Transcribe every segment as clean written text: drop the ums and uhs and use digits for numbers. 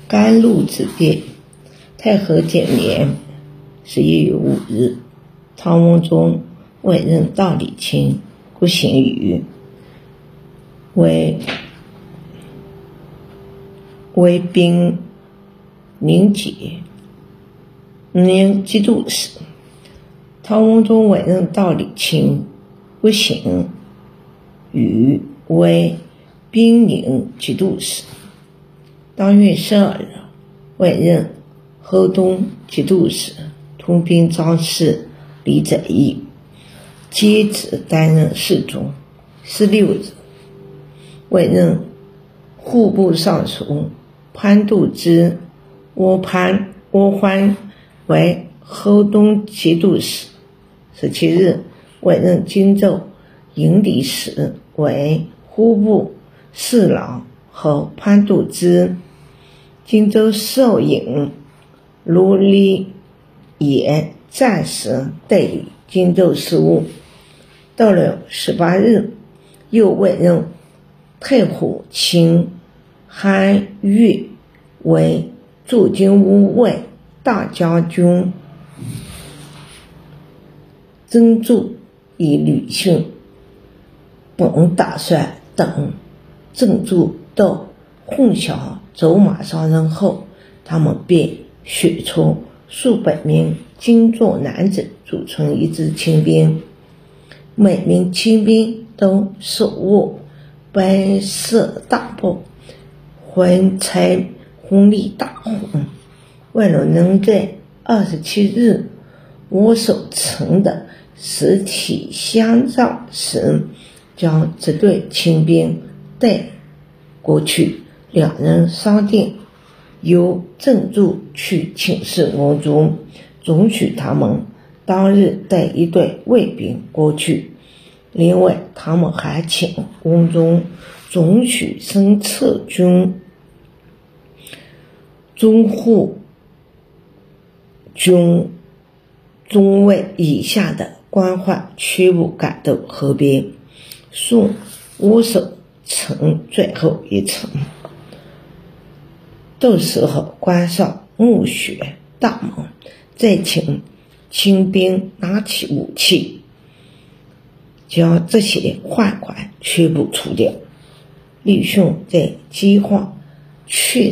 甘露之变。太和9年11月5日，唐文宗委任道理卿郭行宇为兵宁节年节度使。唐文宗委任道理卿郭行宇为兵宁节度使。当月12日，委任河东节度使同兵张氏、李载义接旨担任侍中。16日，委任户部尚书潘度之、窝欢为河东节度使。17日，委任荆州营理使为户部侍郎和潘度之。荆州授尹卢立也暂时代理荆州事务。到了18日，又委任太湖卿韩愈为驻京务卫大将军，曾驻以吕逊本打算等郑驻到混淆走马上任后，他们便选出数百名精壮男子组成一支亲兵，每名亲兵都手握白色大炮，怀揣红力大红。为了能在27日握手城的实体相照时将这对亲兵带过去，两人商定由郑驻去请示文宗，准许他们当日带一队卫兵过去。另外，他们还请文宗准许升策军、中护军中尉以下的官宦全部赶到河边，送握手城最后一程。到时候关上墓穴大门，再请清兵拿起武器，将这些宦官全部除掉。李训在计划确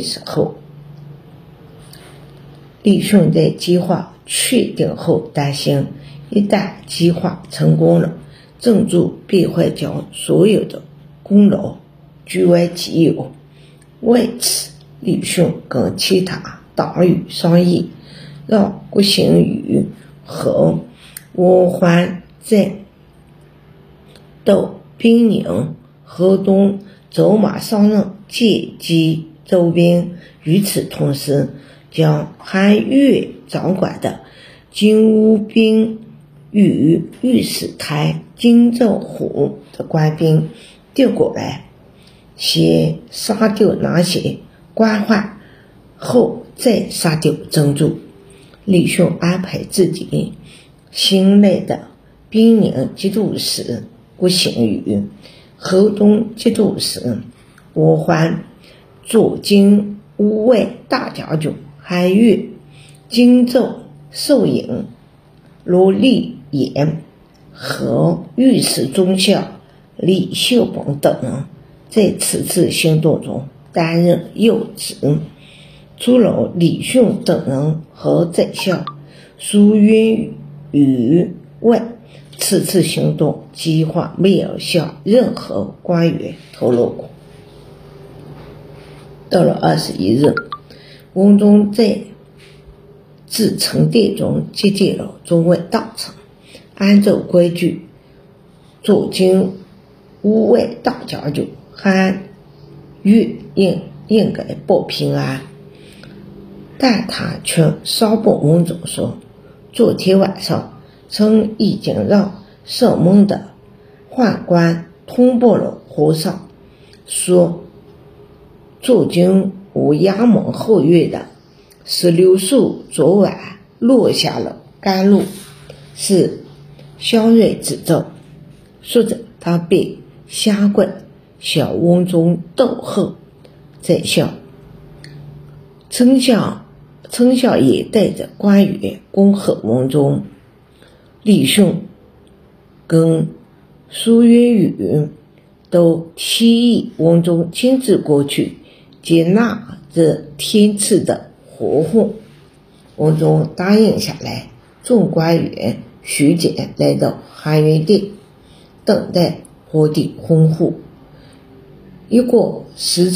定后担心，一旦计划成功了，郑驻必会将所有的功劳据为己有。为此，李训跟其他党羽商议，让郭行宇和窝欢在到兵宁、河东走马上任借机周边。与此同时，将韩愈掌管的京务兵与御史台荆州府的官兵调过来，先杀掉那些官宦，后再杀掉郑驻。李训安排自己新来的兵宁节度使郭行宇、河东节度使窝欢、驻京务卫大将军韩愈、荆州授尹卢立也和御史中校李秀本等人在此次行动中担任要职。除了李训等人和宰相苏云宇外，此次行动计划没有向任何官员透露过。到了21日，文宗在至成殿中接见了众位大臣，按照规矩，驻京务卫大将军韩愈应该报平安，但他却上报文宗说，昨天晚上臣已经让守门的宦官通报了皇上，说驻京务衙门后院的石榴树昨晚落下了甘露，是祥瑞之兆。说着，他便下跪向文宗道贺。宰相丞相也带着关羽恭贺文忠，李雄跟苏云雨都提议文忠亲自过去接纳这天赐的活货。文忠答应下来，众官员徐简来到汉元帝，等待皇帝吩咐。一过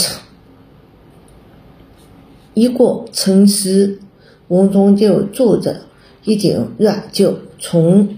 辰时，文忠就坐着一顶软轿从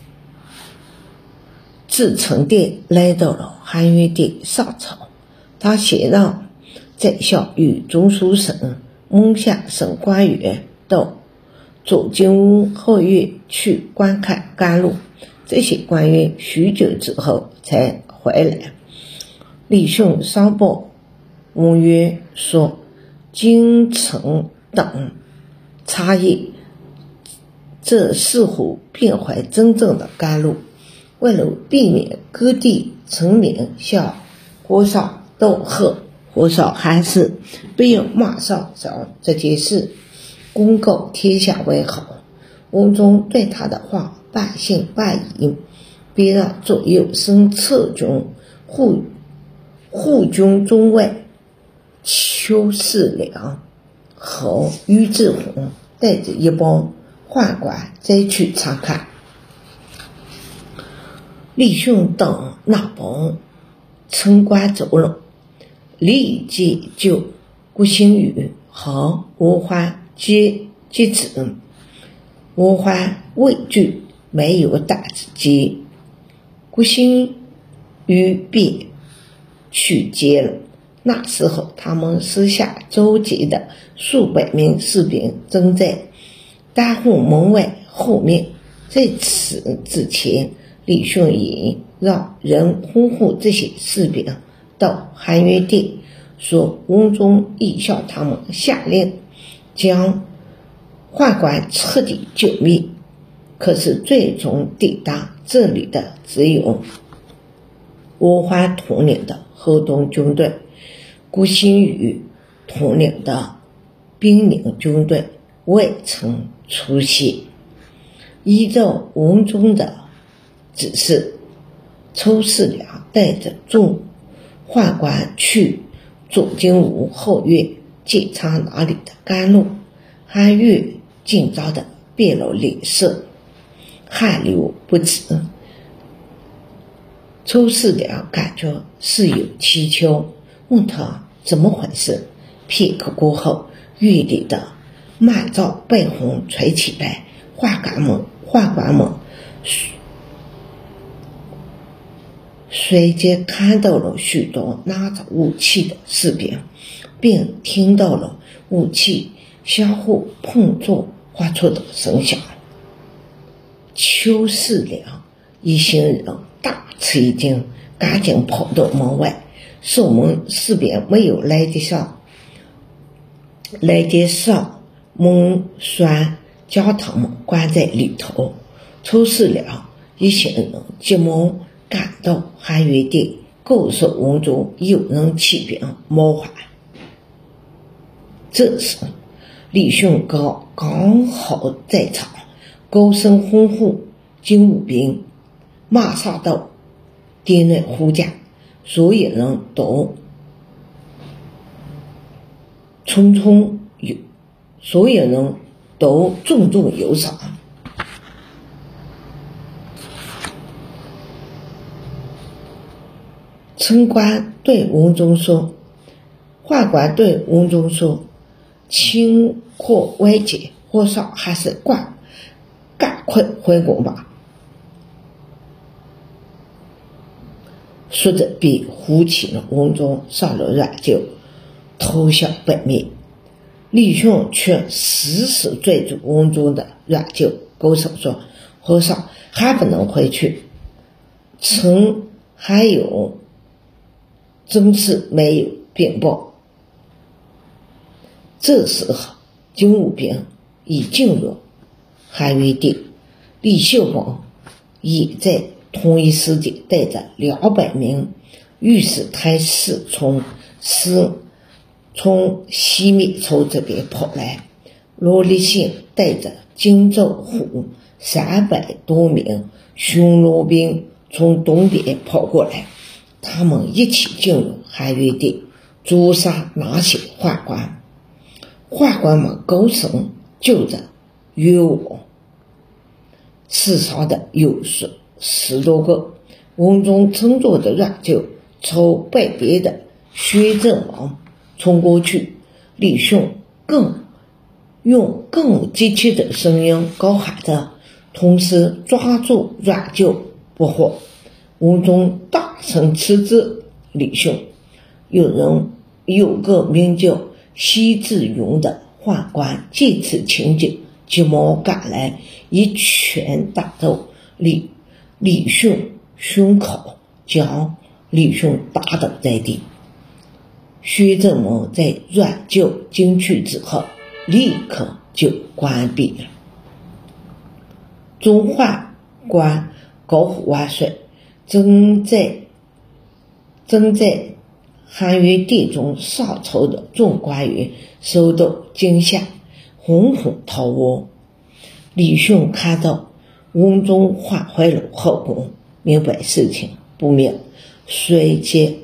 至诚殿来到了汉元帝上朝。他先让宰相与中书省、门下省官员到左京屋后院去观看甘露，这些官员许久之后才回来。李雄上报文渊说，京城等差异，这似乎变坏真正的甘露。为了避免各地臣民向火烧斗贺，火烧还是不要马上将这件事公告天下为好。文忠对他的话半信半疑，便让左右生侧军护军中尉邱世良和于志宏带着一帮宦官再去查看。李雄等那帮城官走了，立即就郭兴宇和吴欢接旨。吴欢畏惧，没有胆子接，郭兴宇便去接了。那时候他们私下召集的数百名士兵正在大红门外后面。在此之前，李雄已让人吩咐这些士兵到汉元殿，说文忠已向他们下令将宦官彻底剿灭。可是最终抵达这里的只有吴欢统领的河东军队、郭兴宇统领的兵宁军队未曾出现。依照文忠的指示，邱世良带着众宦官去左京屋后院检查那里的甘露，汉越紧张的变了脸色，汗流不止。邱世良感觉事有蹊跷，问他怎么回事。片刻过后，院里的满罩白风吹起来，宦官们随即看到了许多拿着武器的士兵，并听到了武器相互碰撞发出的声响。邱世良一行人大吃一惊，赶紧跑到门外。守门士兵没有来得上门栓，将他们关在里头。邱世良一行人急忙赶到汉元殿，告诉文忠有人起兵谋反。这时李雄刚好在场，高声吩咐警务兵马上到殿内护驾。所有人都重重有赏。城官对文忠说，宦官对文忠说，情况危急，火烧还是赶快回宫吧。说着便扶起了文忠，上了软轿，投向北面。李雄却死死追住文忠的软轿，高声说，和尚还不能回去，臣还有正事没有禀报。这时候警务兵已进入汉元殿，李秀峰也在同一时间带着200名御史台侍从司从西面从这边跑来。罗立信带着荆州虎300多名巡逻兵从东边跑过来，他们一起进入汉元帝，诛杀那些宦官。宦官们高声救着冤枉，死伤的有10多个。文中乘坐的软轿朝北边的薛正王冲过去，李雄用更急切的声音高喊着，同时抓住软轿不放。文中大声斥责李雄。有个名叫西志勇的宦官见此情景，急忙赶来，一拳打到李雄胸口，将李雄打倒在地。薛正王在软轿进去之后，立刻就关闭了。总宦官高虎万岁正在汉元帝中上朝的众官员受到惊吓，纷纷逃亡。李雄看到文中换回了后宫，明白事情不妙，随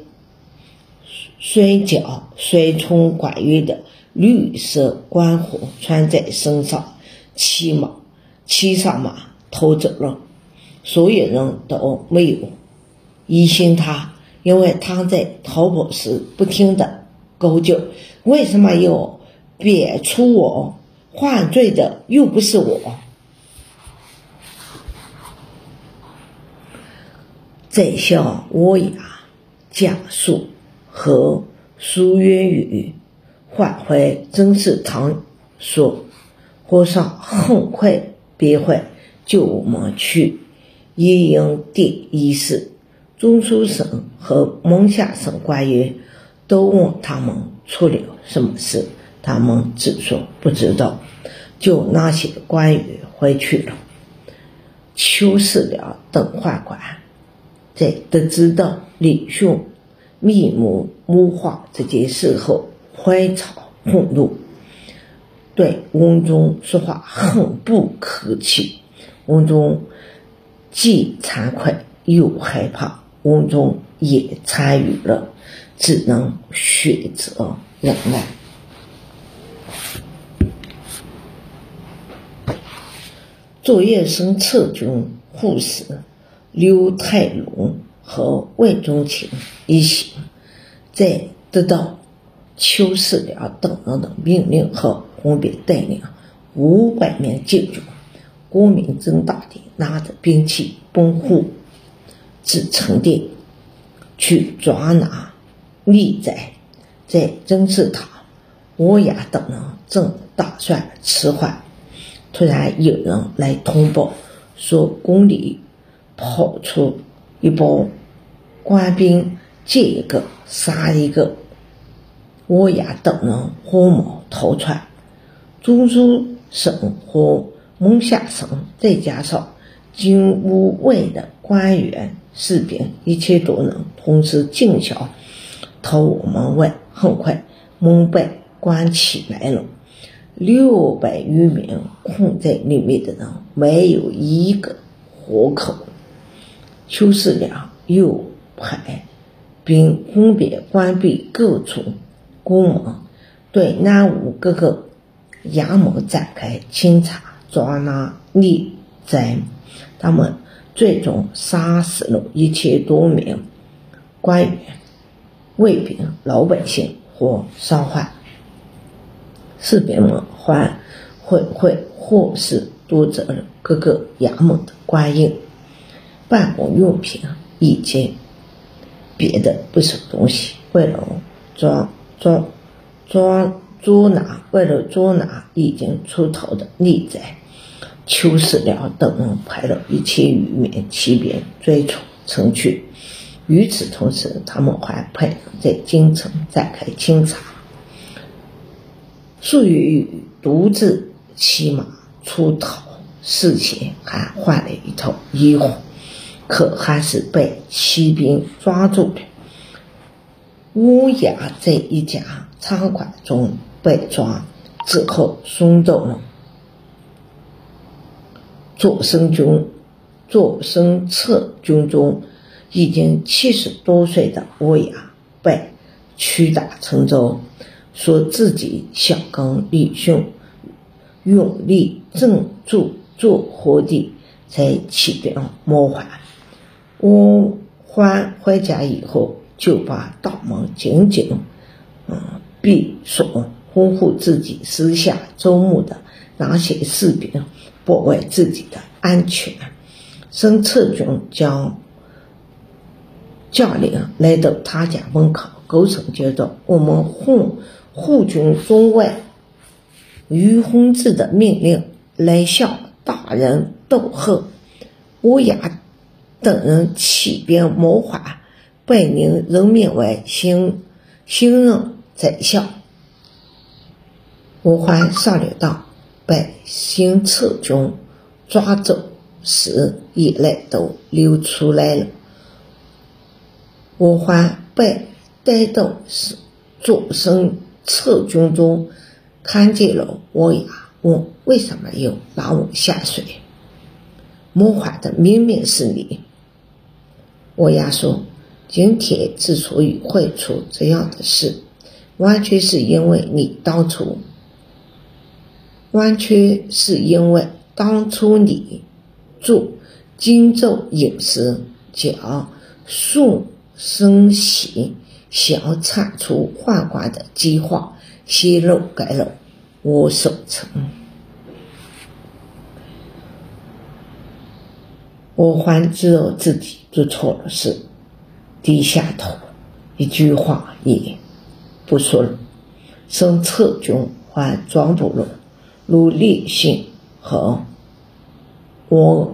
将随从官员的绿色官服穿在身上，骑上马逃走了。所有人都没有疑心他，因为他在逃跑时不停地高叫：为什么要贬黜我？犯罪的又不是我。宰相沃雅、蒋肃和苏元宇返回曾仕堂说：皇上很快便会叫我们去延营殿议事。中书省和门下省官员都问他们出了什么事，他们只说不知道，就那些官员回去了。邱世良等宦官在得知到李雄密谋谋划这件事后，怀嘲愤怒，对文中说话很不客气。文中既惭愧又害怕，文中也参与了，只能选择忍耐。左右生侧军护使刘泰龙和魏忠勤一行，在得到邱世良等人的命令后，分别带领500名禁军，郭明正大帝拿着兵器奔赴至成殿去抓拿逆贼。在曾仕堂，沃雅等人正打算迟缓，突然有人来通报说宫里跑出一帮官兵，见一个杀一个。沃雅等人慌忙逃窜。中书省和门下省再加上金吾卫的官员士兵1000多人同时进校逃往门外，很快门被关起来了。600余名困在里面的人没有一个活口。邱世良又派兵分别关闭各处宫门，对南吴各个衙门展开清查，抓拿逆贼。他们最终杀死了1000多名官员、卫兵、老百姓或伤患。士兵们还或是夺走了各个衙门的官印、办公用品以及别的不少东西。为了捉拿已经出逃的逆贼，邱世良等人派了1000余名骑兵追逐城去。与此同时，他们还派人在京城展开清查。数月余独自骑马出逃，事前还换了一套衣服，可还是被骑兵抓住了。乌雅在一家仓款中被抓，之后送到了左生策军中。已经70多岁的欧亚被屈打成招，说自己想跟李兄永立正主做皇帝，才起兵谋反。欧欢回家以后，就把道门紧紧闭锁，吩咐自己私下招募的那些士兵保卫自己的安全。申策军将将领来到他家门口，高声叫道：“我们护军中尉于洪志的命令来向大人斗贺，欧亚等人起兵谋反，被您任命为新任宰相。”欧欢上了当，被新策军抓走时，眼泪都流出来了。欧欢被带到左生策军中，看见了欧亚，问为什么要拉我下水？谋反的明明是你。欧亚说，今天之所以会出这样的事，完全是因为当初你做荆州尹时，将宋生喜想铲除宦官的计划泄露给了我守城。欧欢知道自己做错了事，低下头，一句话也不说了。申策军还抓捕了卢立信和欧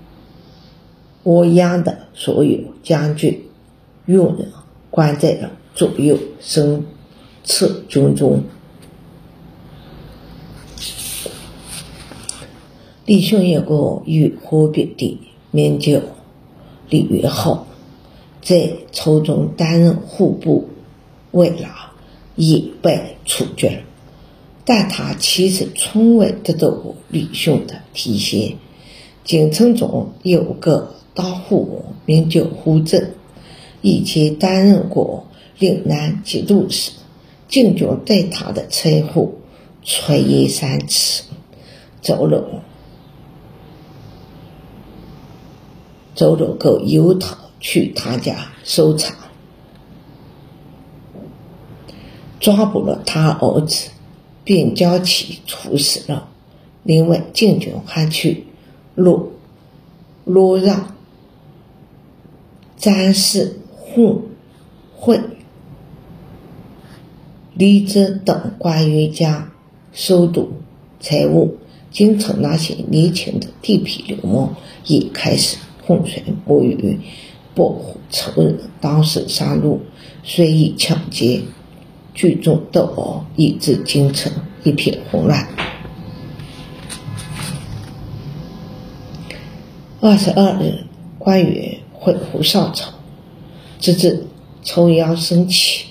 阳的所有将军用人，关在了左右申策军中。李兄有个与河边的名叫李元昊，在朝中担任户部尉郎，也被处决了。但他其实从未得到过李兄的提携。京城中有个大户王名叫胡正，以前担任过岭南节度使，京军对他的财富垂涎三尺。走了个由头去他家搜查，抓捕了他儿子，并将其处死了。另外，京军还去罗让、詹事、会、李泽等官员家收夺财物。京城那些年轻的地痞流氓也开始浑水摸鱼，保护仇人，当时杀戮，随意抢劫，聚众斗殴，以致京城一片混乱。22日，官员回复上朝，这次周尧升起，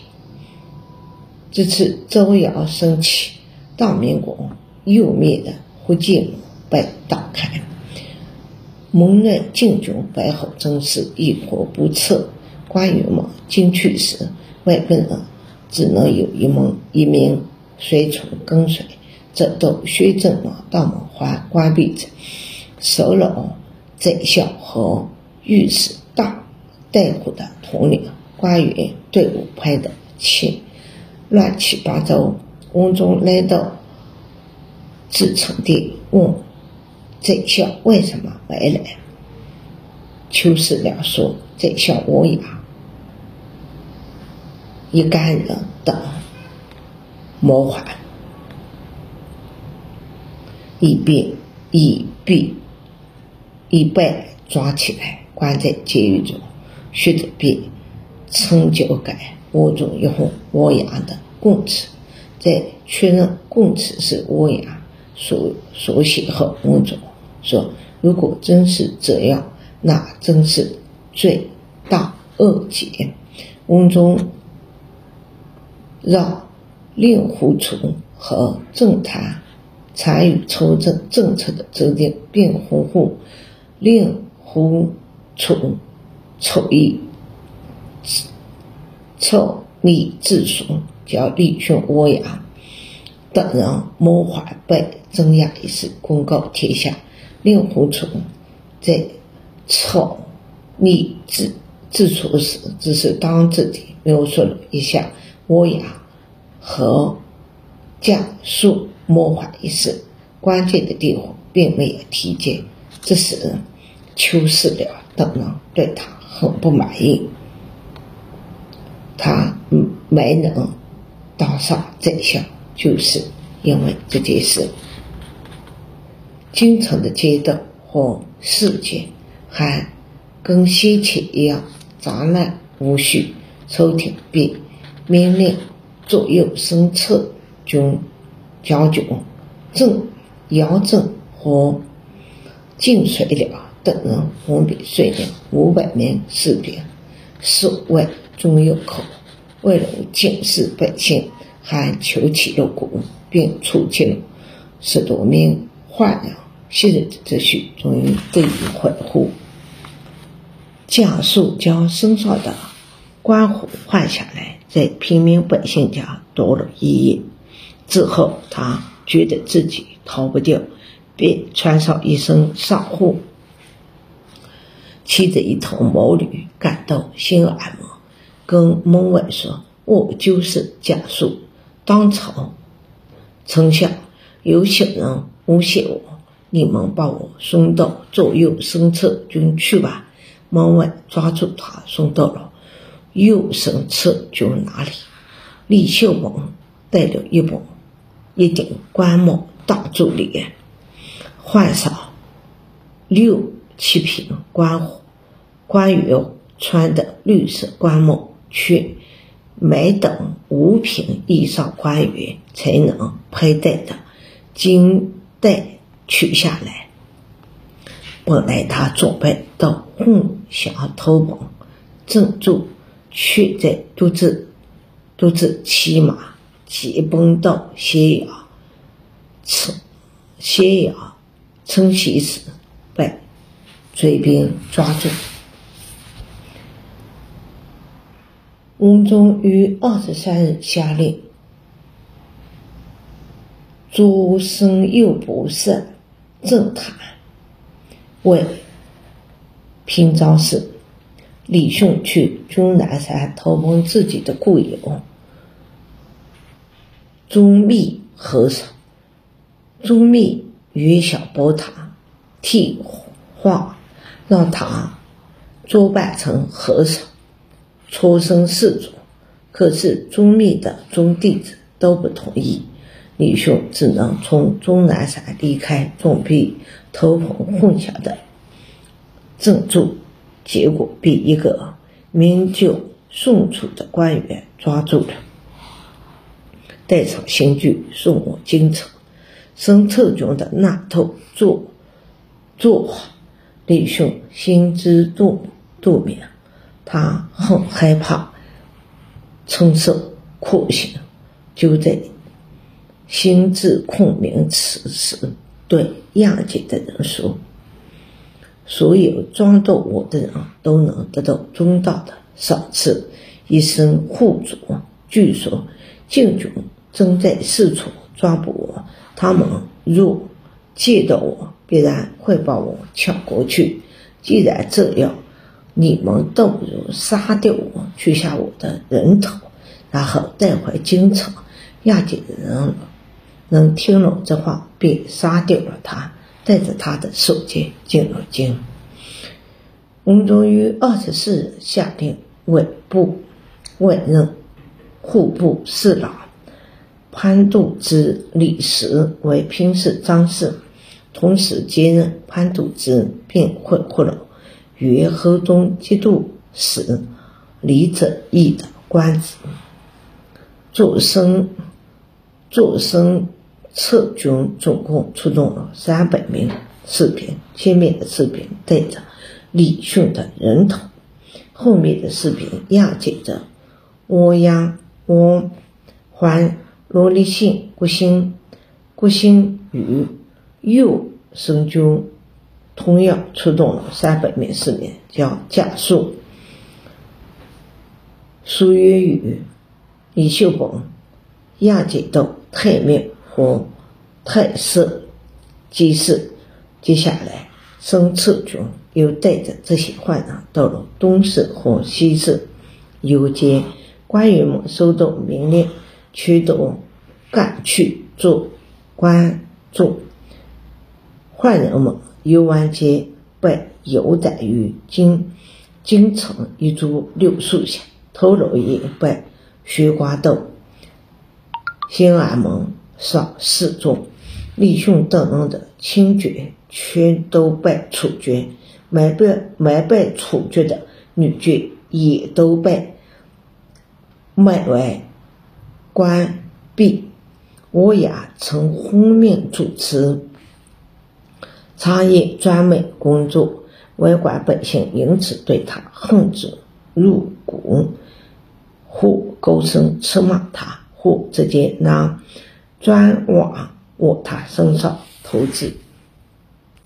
大明国右面的胡笺路被打开，蒙内京军背后真是一火不测。官员们进去时，外边人只能有一名随从跟随，直到宣政了大门关闭着，收了宰相和御史大夫的统领。官员队伍排得乱七八糟。文中来到自成殿，问宰相为什么没来。邱世良说，宰相欧亚一干人等谋反，已被抓起来，关在监狱中，血的便呈交给欧中一封欧亚的供词，在确认供词是欧亚所写后，文中说，如果真是这样，那真是罪大恶极。文中让令狐冲和郑谭参与筹政政策的制定，并呼吁令狐冲凑力自损，叫李兄欧阳等人谋划被镇压一事公告天下。令狐冲在凑力自损时，只是当自地描述了一下欧阳和贾树谋划一事，关键的地方并没有提及，这使邱世了等人对他很不满意，他没能当上宰相，就是因为这件事。京城的街道和市街还跟先前一样杂乱无序，朝廷便命令左右生策将军姚正和靳水了等人分别率领500名士兵守卫中右口，为了警示百姓，还求起了鼓，并促进了10多名坏人。昔日的秩序终于得以恢复。贾树将身上的官服换下来，在平民百姓家躲了一夜，之后他觉得自己逃不掉，便穿上一身上户，骑着一头毛驴赶到新安门，跟门卫说：“我就是贾树，当朝丞相有小人诬陷我，你们把我送到左右生策军去吧。”门卫抓住他，送到了右生策军那里。李秀文戴了一顶官帽挡住脸，换上6、7品官员穿的绿色官帽，却没等5品以上官员才能佩戴的金带取下来。本来他准备到凤翔投奔郑注，却在独自骑马疾奔到咸阳称袭时，被追兵抓住。文宗于23日下令，诸生右部射郑谭为平章事，李兄去终南山投奔自己的故友宗密和尚。宗密约小宝塔替话，让他作扮成和尚，出身士族。可是宗密的宗弟子都不同意，李兄只能从终南山离开，准备投奔凤翔的郑注，结果被一个名叫宋楚的官员抓住了，带上刑具送往京城。生策军的那头做好，李兄心知肚明，他很害怕承受酷刑，就在心知孔明此时，对亚界的人说：“所有装斗我的人都能得到中道的赏赐，一生护主。据说晋军正在四处抓捕我，他们若见到我，必然会把我抢过去。既然这样，你们倒不如杀掉我，取下我的人头，然后带回京城。”亚界的人听了这话，便杀掉了他，带着他的首级进了京。文宗于24日下令委任户部侍郎潘度之、李实为平氏张氏，同时接任潘度之，并恢复了原河东节度使李者义的官职。左生策军总共出动了300名士兵，前面的士兵带着李兄的人头，后面的士兵押解着汪罗立信、郭兴宇、右生军同样出动了300名士兵，将贾肃、苏元宇、李秀本押解到太命和太师集市。接下来申策军又带着这些患人到了东市和西市，有见官员们收到命令，全都赶去做观众。患人们游玩间被诱逮于京城一株柳树下，头颅也被悬挂到新安门上示众。李兄等人的亲眷全都被处决，没被处决的女眷也都被卖为官婢。我也曾奉命主持查验专门工作，外国百姓因此对他恨之入骨，或高声斥骂他，或直接拿砖往他身上投掷。